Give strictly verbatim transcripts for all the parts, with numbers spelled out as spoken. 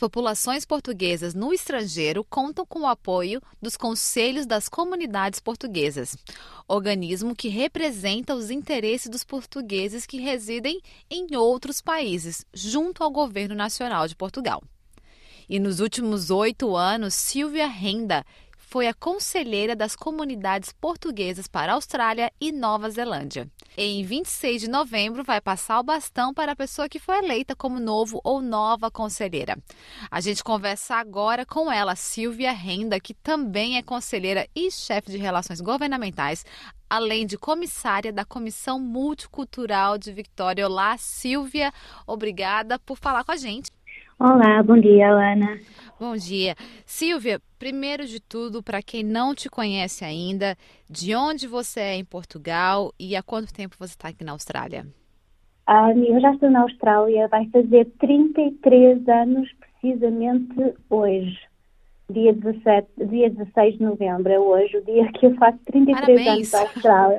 populações portuguesas no estrangeiro contam com o apoio dos Conselhos das Comunidades Portuguesas, organismo que representa os interesses dos portugueses que residem em outros países, junto ao Governo Nacional de Portugal. E nos últimos oito anos, Silvia Renda foi a conselheira das comunidades portuguesas para a Austrália e Nova Zelândia. Em vinte e seis de novembro, vai passar o bastão para a pessoa que foi eleita como novo ou nova conselheira. A gente conversa agora com ela, Silvia Renda, que também é conselheira e chefe de relações governamentais, além de comissária da Comissão Multicultural de Victoria. Olá, Silvia, obrigada por falar com a gente. Olá, bom dia, Ana. Bom dia. Silvia, primeiro de tudo, para quem não te conhece ainda, de onde você é em Portugal e há quanto tempo você está aqui na Austrália? Ah, eu já estou na Austrália, vai fazer trinta e três anos precisamente hoje, dia dezassete, dia dezesseis de novembro, é hoje o dia que eu faço trinta e três Parabéns. anos na Austrália.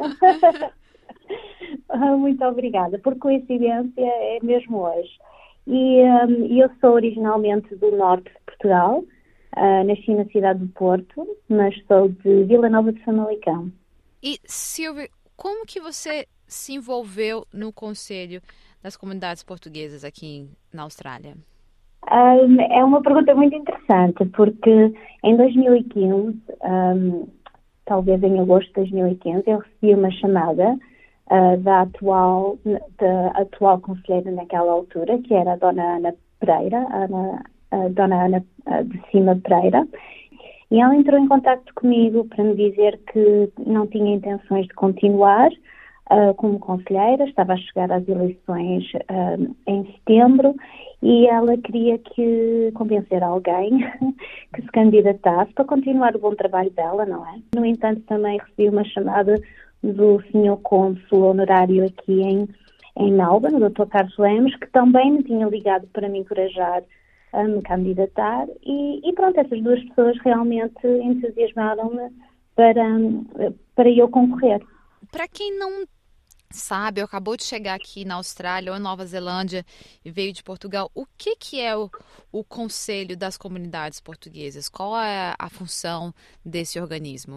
Muito obrigada, por coincidência é mesmo hoje. E um, eu sou originalmente do norte de Portugal, uh, nasci na cidade do Porto, mas sou de Vila Nova de Famalicão. E, Silvia, como que você se envolveu no Conselho das Comunidades Portuguesas aqui na Austrália? Um, é uma pergunta muito interessante, porque em dois mil e quinze, um, talvez em agosto de dois mil e quinze, eu recebi uma chamada Uh, da atual, da atual conselheira naquela altura, que era a Dona Ana Pereira, Ana, a Dona Ana de Cima Pereira, e ela entrou em contacto comigo para me dizer que não tinha intenções de continuar uh, como conselheira, estava a chegar às eleições uh, em setembro, e ela queria que convencer alguém que se candidatasse para continuar o bom trabalho dela, não é? No entanto, também recebi uma chamada do senhor cônsul honorário aqui em, em Melbourne, o doutor Carlos Lemos, que também me tinha ligado para me encorajar a me candidatar e, e pronto, essas duas pessoas realmente entusiasmaram-me para, para eu concorrer. Para quem não sabe, ou acabou de chegar aqui na Austrália ou Nova Zelândia e veio de Portugal, o que, que é o, o Conselho das Comunidades Portuguesas? Qual é a função desse organismo?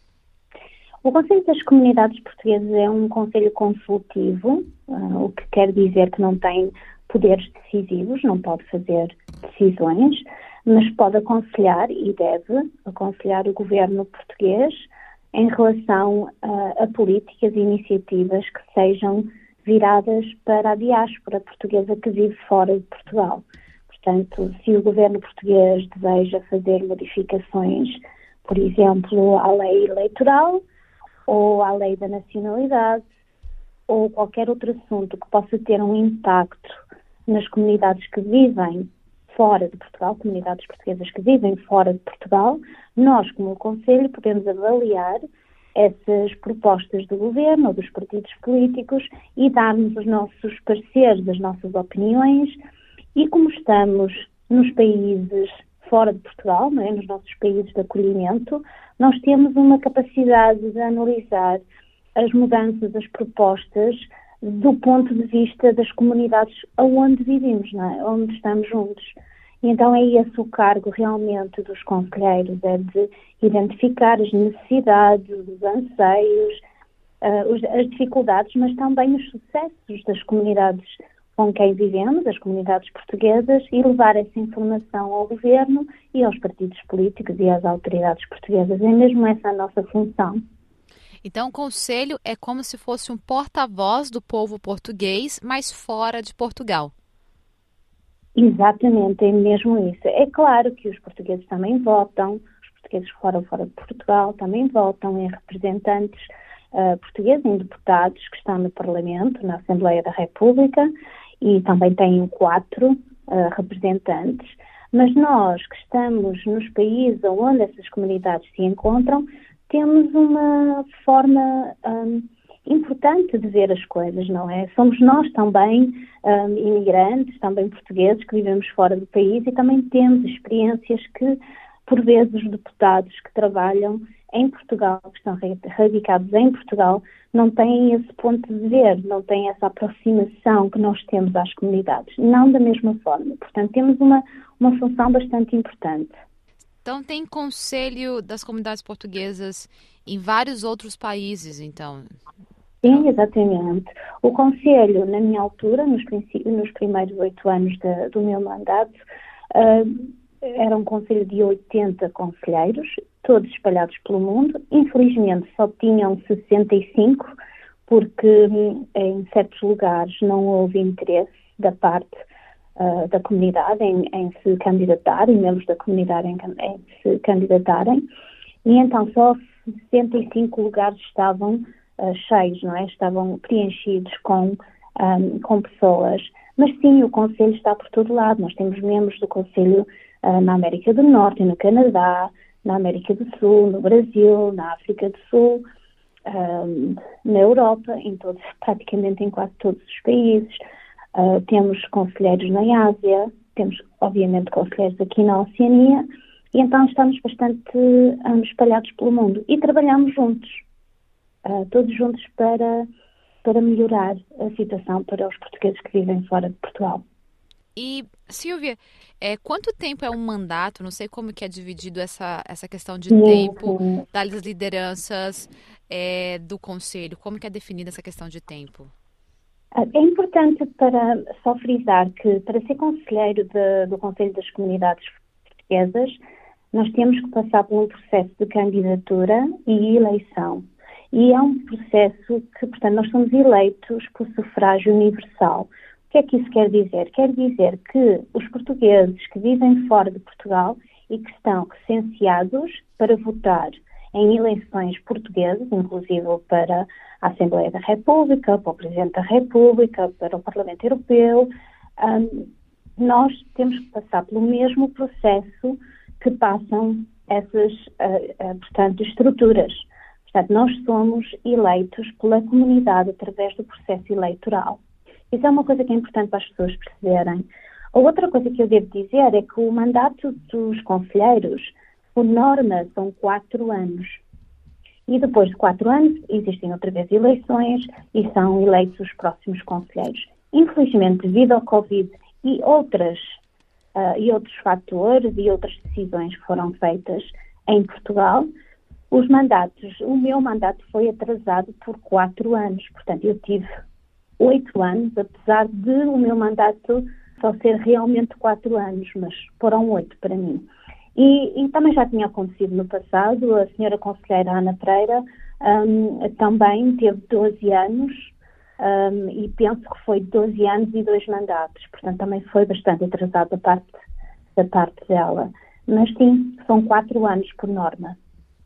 O Conselho das Comunidades Portuguesas é um conselho consultivo, uh, o que quer dizer que não tem poderes decisivos, não pode fazer decisões, mas pode aconselhar e deve aconselhar o governo português em relação uh, a políticas e iniciativas que sejam viradas para a diáspora portuguesa que vive fora de Portugal. Portanto, se o governo português deseja fazer modificações, por exemplo, à lei eleitoral, ou à lei da nacionalidade, ou qualquer outro assunto que possa ter um impacto nas comunidades que vivem fora de Portugal, comunidades portuguesas que vivem fora de Portugal, nós, como Conselho, podemos avaliar essas propostas do governo ou dos partidos políticos e darmos os nossos pareceres, as nossas opiniões, e como estamos nos países fora de Portugal, não é? Nos nossos países de acolhimento, nós temos uma capacidade de analisar as mudanças, as propostas, do ponto de vista das comunidades aonde vivemos, não é? Onde estamos juntos. E então é esse o cargo realmente dos conselheiros, é de identificar as necessidades, os anseios, uh, os, as dificuldades, mas também os sucessos das comunidades com quem vivemos, as comunidades portuguesas, e levar essa informação ao governo e aos partidos políticos e às autoridades portuguesas. É mesmo essa a nossa função. Então, o Conselho é como se fosse um porta-voz do povo português, mas fora de Portugal. Exatamente, é mesmo isso. É claro que os portugueses também votam, os portugueses fora fora de Portugal também votam em representantes uh, portugueses, em deputados que estão no Parlamento, na Assembleia da República, e também têm quatro uh, representantes, mas nós que estamos nos países onde essas comunidades se encontram, temos uma forma um, importante de ver as coisas, não é? Somos nós também um, imigrantes, também portugueses que vivemos fora do país e também temos experiências que, por vezes, os deputados que trabalham em Portugal, que estão radicados em Portugal, não têm esse ponto de ver, não têm essa aproximação que nós temos às comunidades, não da mesma forma. Portanto, temos uma, uma função bastante importante. Então, tem conselho das comunidades portuguesas em vários outros países, então? Sim, exatamente. O Conselho, na minha altura, nos, nos primeiros oito anos de, do meu mandato, uh, era um conselho de oitenta conselheiros, todos espalhados pelo mundo. Infelizmente, só tinham sessenta e cinco, porque em certos lugares não houve interesse da parte uh, da comunidade em, em se candidatarem, membros da comunidade em, em se candidatarem. E então só sessenta e cinco lugares estavam uh, cheios, não é? Estavam preenchidos com, um, com pessoas. Mas sim, o Conselho está por todo lado. Nós temos membros do Conselho uh, na América do Norte, no Canadá, na América do Sul, no Brasil, na África do Sul, um, na Europa, em todos, praticamente em quase todos os países. Uh, temos conselheiros na Ásia, temos obviamente conselheiros aqui na Oceania, e então estamos bastante um, espalhados pelo mundo e trabalhamos juntos, uh, todos juntos para, para melhorar a situação para os portugueses que vivem fora de Portugal. E, Silvia, é, quanto tempo é um mandato? Não sei como que é dividido essa, essa questão de sim, tempo sim. das lideranças é, do Conselho. Como que é definida essa questão de tempo? É importante para só frisar que para ser conselheiro de, do Conselho das Comunidades Portuguesas, nós temos que passar por um processo de candidatura e eleição. E é um processo que, portanto, nós somos eleitos por sufrágio universal. O que é que isso quer dizer? Quer dizer que os portugueses que vivem fora de Portugal e que estão recenseados para votar em eleições portuguesas, inclusive para a Assembleia da República, para o Presidente da República, para o Parlamento Europeu, um, nós temos que passar pelo mesmo processo que passam essas, uh, uh, portanto, estruturas. Portanto, nós somos eleitos pela comunidade através do processo eleitoral. Isso é uma coisa que é importante para as pessoas perceberem. A outra coisa que eu devo dizer é que o mandato dos conselheiros, por norma, são quatro anos. E depois de quatro anos, existem outra vez eleições e são eleitos os próximos conselheiros. Infelizmente, devido ao Covid e, outras, uh, e outros fatores e outras decisões que foram feitas em Portugal, os mandatos, o meu mandato foi atrasado por quatro anos. Portanto, eu tive oito anos, apesar de o meu mandato só ser realmente quatro anos, mas foram oito para mim. E, e também já tinha acontecido no passado, a senhora conselheira Ana Pereira um, também teve doze anos um, e penso que foi doze anos e dois mandatos, portanto também foi bastante atrasado da parte, da parte dela. Mas sim, são quatro anos por norma.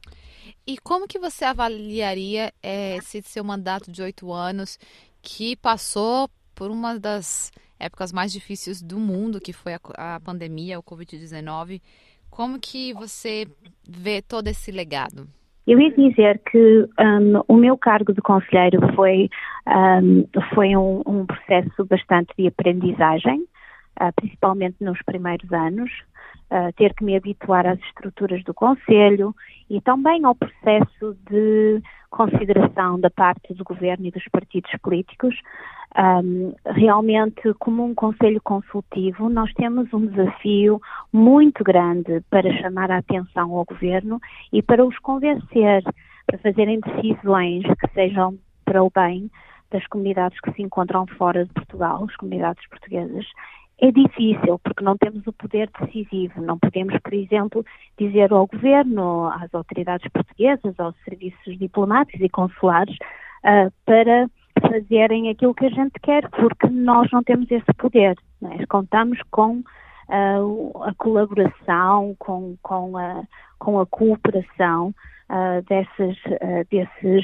E como que você avaliaria é, esse seu mandato de oito anos que passou por uma das épocas mais difíceis do mundo, que foi a, a pandemia, o covid dezenove? Como que você vê todo esse legado? Eu ia dizer que um, o meu cargo de conselheiro foi, um, foi um, um processo bastante de aprendizagem, uh, principalmente nos primeiros anos, uh, ter que me habituar às estruturas do conselho e também ao processo de consideração da parte do governo e dos partidos políticos. Um, realmente, como um conselho consultivo, nós temos um desafio muito grande para chamar a atenção ao governo e para os convencer, para fazerem decisões que sejam para o bem das comunidades que se encontram fora de Portugal, as comunidades portuguesas. É difícil, porque não temos o poder decisivo. Não podemos, por exemplo, dizer ao governo, às autoridades portuguesas, aos serviços diplomáticos e consulares, uh, para fazerem aquilo que a gente quer, porque nós não temos esse poder. Não é? Contamos com uh, a colaboração, com, com, a, com a cooperação uh, dessas, uh, desses,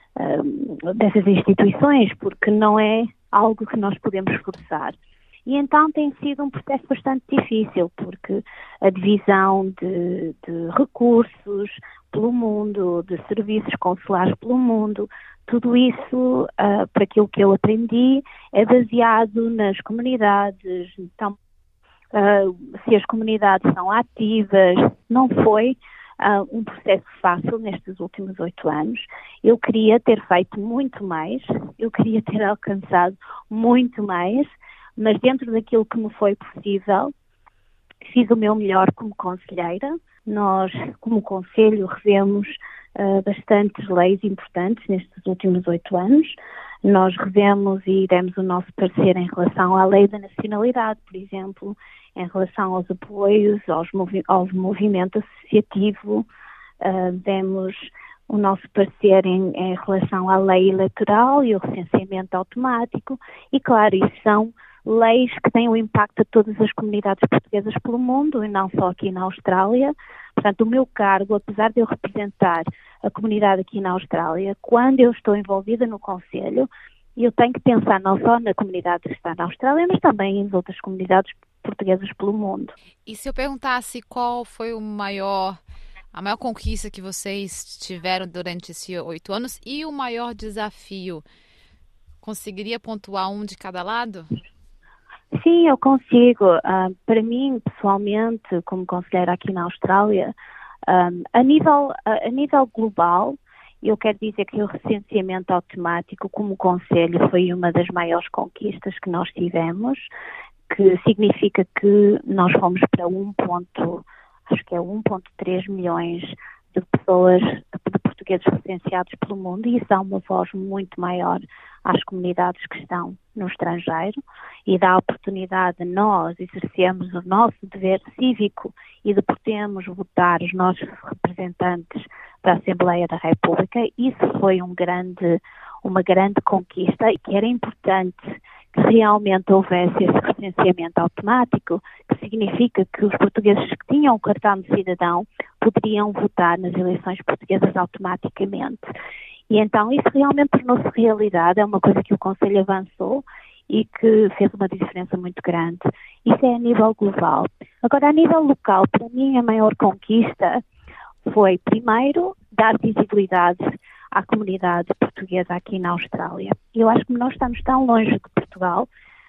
uh, dessas instituições, porque não é algo que nós podemos forçar. E então tem sido um processo bastante difícil, porque a divisão de, de recursos pelo mundo, de serviços consulares pelo mundo, tudo isso, uh, para aquilo que eu aprendi, é baseado nas comunidades. Então, uh, se as comunidades são ativas, não foi uh, um processo fácil nestes últimos oito anos. Eu queria ter feito muito mais, eu queria ter alcançado muito mais, mas dentro daquilo que me foi possível, fiz o meu melhor como conselheira. Nós, como Conselho, revemos uh, bastantes leis importantes nestes últimos oito anos. Nós revemos e demos o nosso parecer em relação à lei da nacionalidade, por exemplo, em relação aos apoios, aos movi- ao movimento associativo, uh, demos o nosso parecer em, em relação à lei eleitoral e o recenseamento automático, e claro, isso são leis que têm um impacto a todas as comunidades portuguesas pelo mundo e não só aqui na Austrália. Portanto, o meu cargo, apesar de eu representar a comunidade aqui na Austrália, quando eu estou envolvida no Conselho, eu tenho que pensar não só na comunidade que está na Austrália, mas também nas outras comunidades portuguesas pelo mundo. E se eu perguntasse qual foi o maior, a maior conquista que vocês tiveram durante esses oito anos e o maior desafio, conseguiria pontuar um de cada lado? Sim, eu consigo. Uh, para mim, pessoalmente, como conselheira aqui na Austrália, um, a, nível, a, a nível global, eu quero dizer que o recenseamento automático como Conselho foi uma das maiores conquistas que nós tivemos, que significa que nós fomos para um ponto, acho que é um ponto três milhões de pessoas, de portugueses recenseados pelo mundo, e isso dá uma voz muito maior às comunidades que estão no estrangeiro e dá a oportunidade de nós exercermos o nosso dever cívico e de podermos votar os nossos representantes para a Assembleia da República. Isso foi um grande, uma grande conquista, e que era importante que realmente houvesse esse recenseamento automático, que significa que os portugueses que tinham o cartão de cidadão poderiam votar nas eleições portuguesas automaticamente. E então isso realmente tornou-se realidade, é uma coisa que o Conselho avançou e que fez uma diferença muito grande. Isso é a nível global. Agora, a nível local, para mim a maior conquista foi, primeiro, dar visibilidade à comunidade portuguesa aqui na Austrália. Eu acho que nós estamos tão longe de Portugal,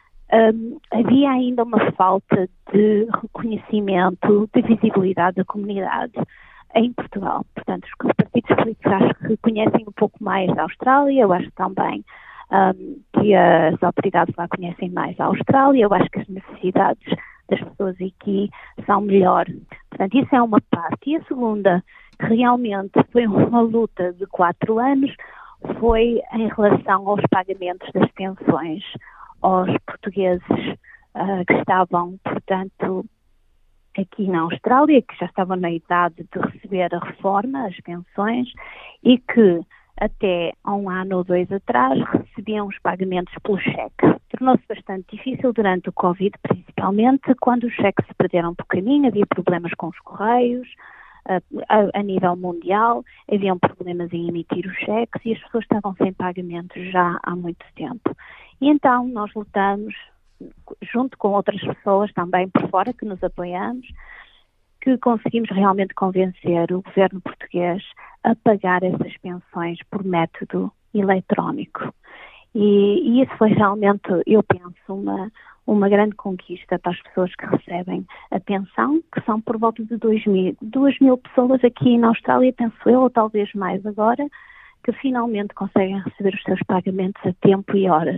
um, havia ainda uma falta de reconhecimento, de visibilidade da comunidade em Portugal. Portanto, os partidos políticos acho que conhecem um pouco mais a Austrália, eu acho também um, que as autoridades lá conhecem mais a Austrália, eu acho que as necessidades das pessoas aqui são melhor. Portanto, isso é uma parte. E a segunda, que realmente foi uma luta de quatro anos, foi em relação aos pagamentos das pensões aos portugueses uh, que estavam, portanto, aqui na Austrália, que já estavam na idade de receber a reforma, as pensões, e que até há um ano ou dois atrás recebiam os pagamentos pelo cheque. Tornou-se bastante difícil durante o Covid, principalmente, quando os cheques se perderam pelo caminho, havia problemas com os correios, a, a, a nível mundial, haviam problemas em emitir os cheques e as pessoas estavam sem pagamentos já há muito tempo. E então nós lutamos, junto com outras pessoas também por fora que nos apoiamos, que conseguimos realmente convencer o governo português a pagar essas pensões por método eletrónico. E, e isso foi realmente, eu penso, uma, uma grande conquista para as pessoas que recebem a pensão, que são por volta de dois mil, duas mil pessoas aqui na Austrália, penso eu, ou talvez mais agora, que finalmente conseguem receber os seus pagamentos a tempo e horas.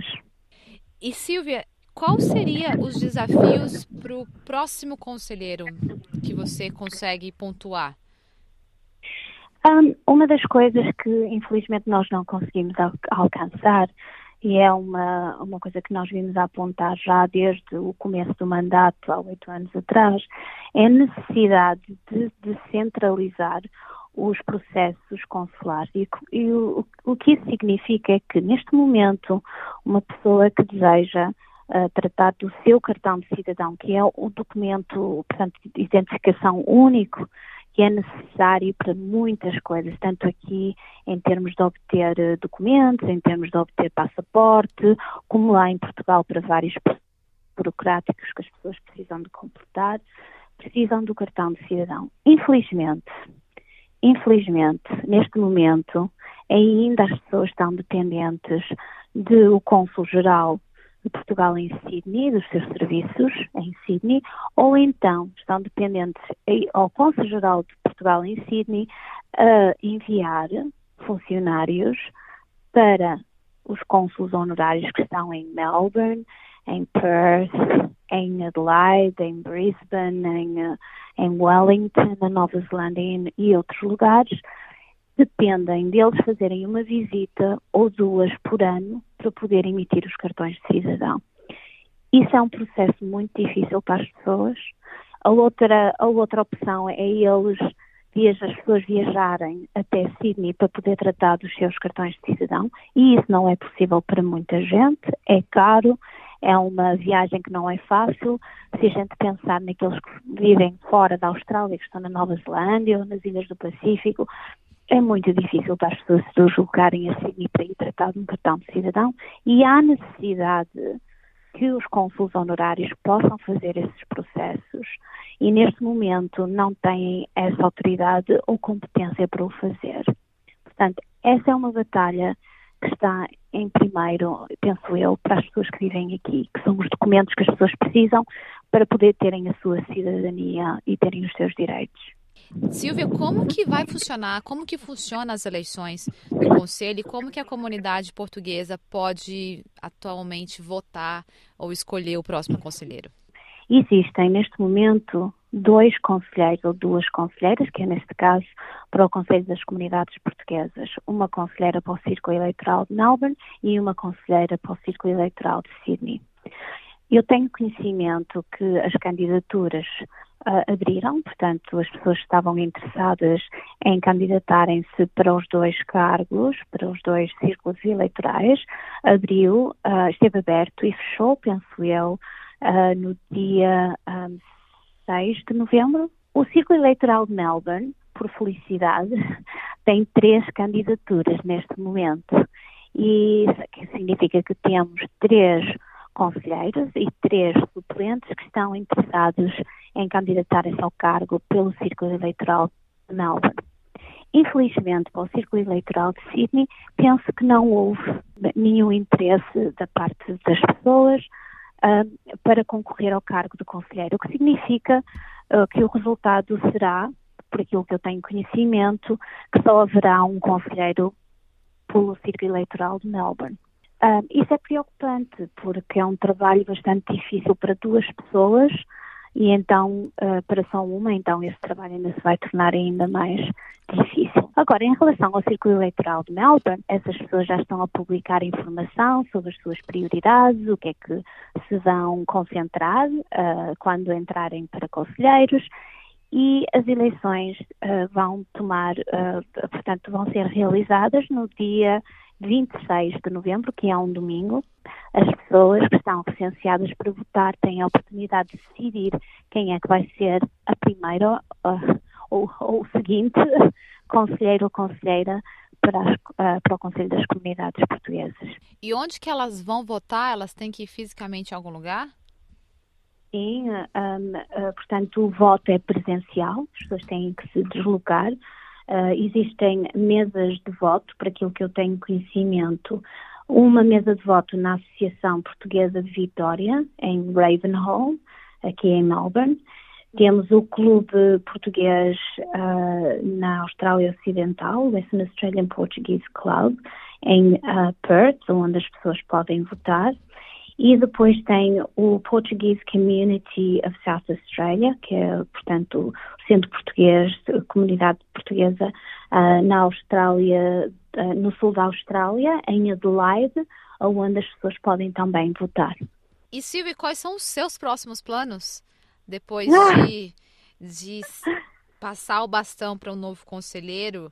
E Silvia, quais seriam os desafios para o próximo conselheiro que você consegue pontuar? Um, uma das coisas que infelizmente nós não conseguimos al- alcançar, e é uma, uma coisa que nós vimos a apontar já desde o começo do mandato, há oito anos atrás, é a necessidade de descentralizar os processos consulares. E, e o, o que isso significa é que, neste momento, uma pessoa que deseja uh, tratar do seu cartão de cidadão, que é o documento, portanto, de identificação único, que é necessário para muitas coisas, tanto aqui em termos de obter uh, documentos, em termos de obter passaporte, como lá em Portugal para vários burocráticos que as pessoas precisam de completar, precisam do cartão de cidadão. Infelizmente, Infelizmente, neste momento, ainda as pessoas estão dependentes do Cônsul-Geral de Portugal em Sydney, dos seus serviços em Sydney, ou então estão dependentes ao Cônsul-Geral de Portugal em Sydney a enviar funcionários para os cônsulos honorários que estão em Melbourne, em Perth, em Adelaide, em Brisbane, em, em Wellington, na Nova Zelândia e, e outros lugares. Dependem deles fazerem uma visita ou duas por ano para poder emitir os cartões de cidadão. Isso é um processo muito difícil para as pessoas. A outra, a outra opção é eles, as pessoas viajarem até Sydney para poder tratar dos seus cartões de cidadão, e isso não é possível para muita gente, é caro, é uma viagem que não é fácil. Se a gente pensar naqueles que vivem fora da Austrália, que estão na Nova Zelândia ou nas Ilhas do Pacífico, é muito difícil para as pessoas se deslocarem a Sydney para ir tratar de um cartão de cidadão, e há necessidade que os cônsulos honorários possam fazer esses processos, e neste momento não têm essa autoridade ou competência para o fazer. Portanto, essa é uma batalha que está em primeiro, penso eu, para as pessoas que vivem aqui, que são os documentos que as pessoas precisam para poder terem a sua cidadania e terem os seus direitos. Silvia, como que vai funcionar, como que funcionam as eleições do Conselho e como que a comunidade portuguesa pode atualmente votar ou escolher o próximo conselheiro? Existem neste momento dois conselheiros ou duas conselheiras, que é neste caso para o Conselho das Comunidades Portuguesas, uma conselheira para o Círculo Eleitoral de Melbourne e uma conselheira para o Círculo Eleitoral de Sydney. Eu tenho conhecimento que as candidaturas uh, abriram, portanto as pessoas estavam interessadas em candidatarem-se para os dois cargos, para os dois círculos eleitorais. Abriu, uh, esteve aberto e fechou, penso eu, uh, no dia um, seis de novembro. O Círculo Eleitoral de Melbourne, por felicidade, tem três candidaturas neste momento, e isso significa que temos três conselheiros e três suplentes que estão interessados em candidatarem-se ao cargo pelo Círculo Eleitoral de Melbourne. Infelizmente, para o Círculo Eleitoral de Sydney, penso que não houve nenhum interesse da parte das pessoas uh, para concorrer ao cargo de conselheiro, o que significa uh, que o resultado será, por aquilo que eu tenho conhecimento, que só haverá um conselheiro pelo Círculo Eleitoral de Melbourne. Uh, isso é preocupante, porque é um trabalho bastante difícil para duas pessoas, e então, uh, para só uma, então esse trabalho ainda se vai tornar ainda mais difícil. Agora, em relação ao Círculo Eleitoral de Melbourne, essas pessoas já estão a publicar informação sobre as suas prioridades, o que é que se vão concentrar uh, quando entrarem para conselheiros, e as eleições uh, vão tomar, uh, portanto, vão ser realizadas no dia vinte e seis de novembro, que é um domingo. As pessoas que estão recenseadas para votar têm a oportunidade de decidir quem é que vai ser a primeira uh, ou, ou o seguinte conselheiro ou conselheira para, as, uh, para o Conselho das Comunidades Portuguesas. E onde que elas vão votar? Elas têm que ir fisicamente em algum lugar? Sim, um, uh, portanto o voto é presencial, as pessoas têm que se deslocar. Uh, existem mesas de voto, para aquilo que eu tenho conhecimento, uma mesa de voto na Associação Portuguesa de Vitória, em Ravenhall, aqui em Melbourne. Temos o Clube Português uh, na Austrália Ocidental, o Western Australian Portuguese Club, em uh, Perth, onde as pessoas podem votar. E depois tem o Portuguese Community of South Australia, que é, portanto, o Centro Português, a comunidade portuguesa uh, na Austrália, uh, no sul da Austrália, em Adelaide, onde as pessoas podem também votar. E Silvia, quais são os seus próximos planos depois ah! de, de passar o bastão para um novo conselheiro?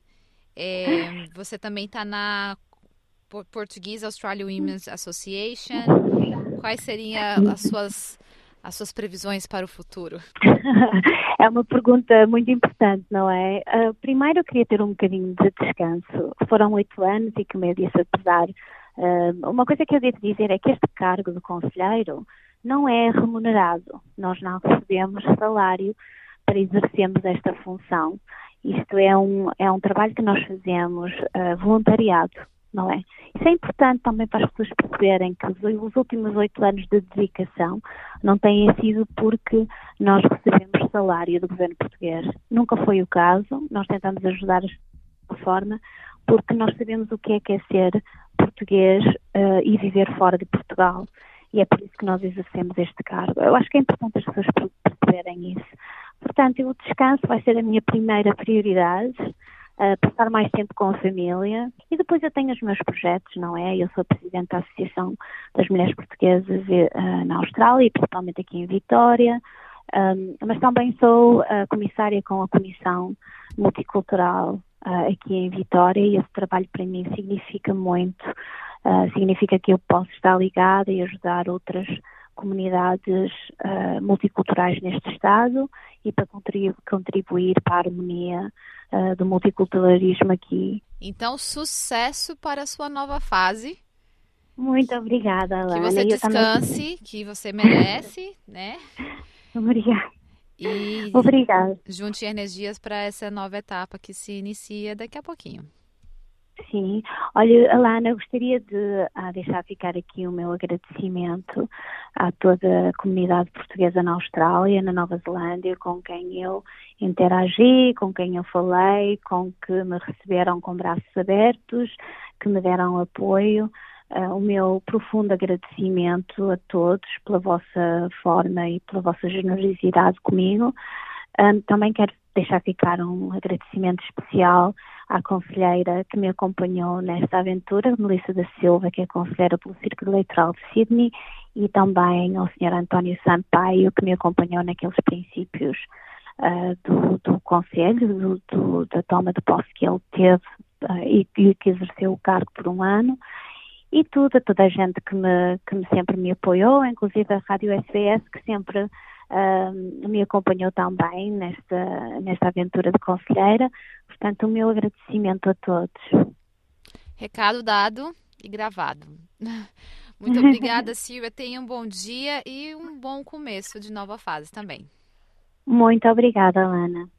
É, você também está na Portuguese Australian Women's Association. Quais seriam as suas, as suas previsões para o futuro? É uma pergunta muito importante, não é? Uh, primeiro eu queria ter um bocadinho de descanso. Foram oito anos e, como eu disse, apesar... Uh, uma coisa que eu devo dizer é que este cargo de conselheiro não é remunerado. Nós não recebemos salário para exercermos esta função. Isto é um, é um trabalho que nós fazemos uh, voluntariado. não é? Isso é importante também para as pessoas perceberem que os, os últimos oito anos de dedicação não têm sido porque nós recebemos salário do governo português. Nunca foi o caso. Nós tentamos ajudar de forma porque nós sabemos o que é que é ser português uh, e viver fora de Portugal. E é por isso que nós exercemos este cargo. Eu acho que é importante as pessoas perceberem isso. Portanto, o descanso vai ser a minha primeira prioridade, uh, passar mais tempo com a família. E depois eu tenho os meus projetos, não é? Eu sou presidente da Associação das Mulheres Portuguesas uh, na Austrália, e principalmente aqui em Vitória. Um, mas também sou uh, comissária com a Comissão Multicultural uh, aqui em Vitória, e esse trabalho para mim significa muito. Uh, significa que eu posso estar ligada e ajudar outras comunidades uh, multiculturais neste Estado e para contribu- contribuir para a harmonia uh, do multiculturalismo aqui. Então, sucesso para a sua nova fase. Muito obrigada, Alana. Que você descanse, também... que você merece, né? Obrigada. E Obrigada. Junte energias para essa nova etapa que se inicia daqui a pouquinho. Sim. Olha, Alana, eu gostaria de ah, deixar ficar aqui o meu agradecimento a toda a comunidade portuguesa na Austrália, na Nova Zelândia, com quem eu interagi, com quem eu falei, com que me receberam com braços abertos, que me deram apoio. Uh, o meu profundo agradecimento a todos pela vossa forma e pela vossa generosidade comigo. Um, também quero deixar ficar um agradecimento especial à conselheira que me acompanhou nesta aventura, Melissa da Silva, que é conselheira pelo Círculo Eleitoral de Sydney, e também ao senhor António Sampaio, que me acompanhou naqueles princípios uh, do, do conselho, do, do, da toma de posse que ele teve uh, e, e que exerceu o cargo por um ano. E tudo, toda a gente que me, que me sempre me apoiou, inclusive a Rádio S B S, que sempre uh, me acompanhou também nesta, nesta aventura de conselheira. Portanto, o meu agradecimento a todos. Recado dado e gravado. Muito obrigada, Silvia. Tenha um bom dia e um bom começo de nova fase também. Muito obrigada, Alana.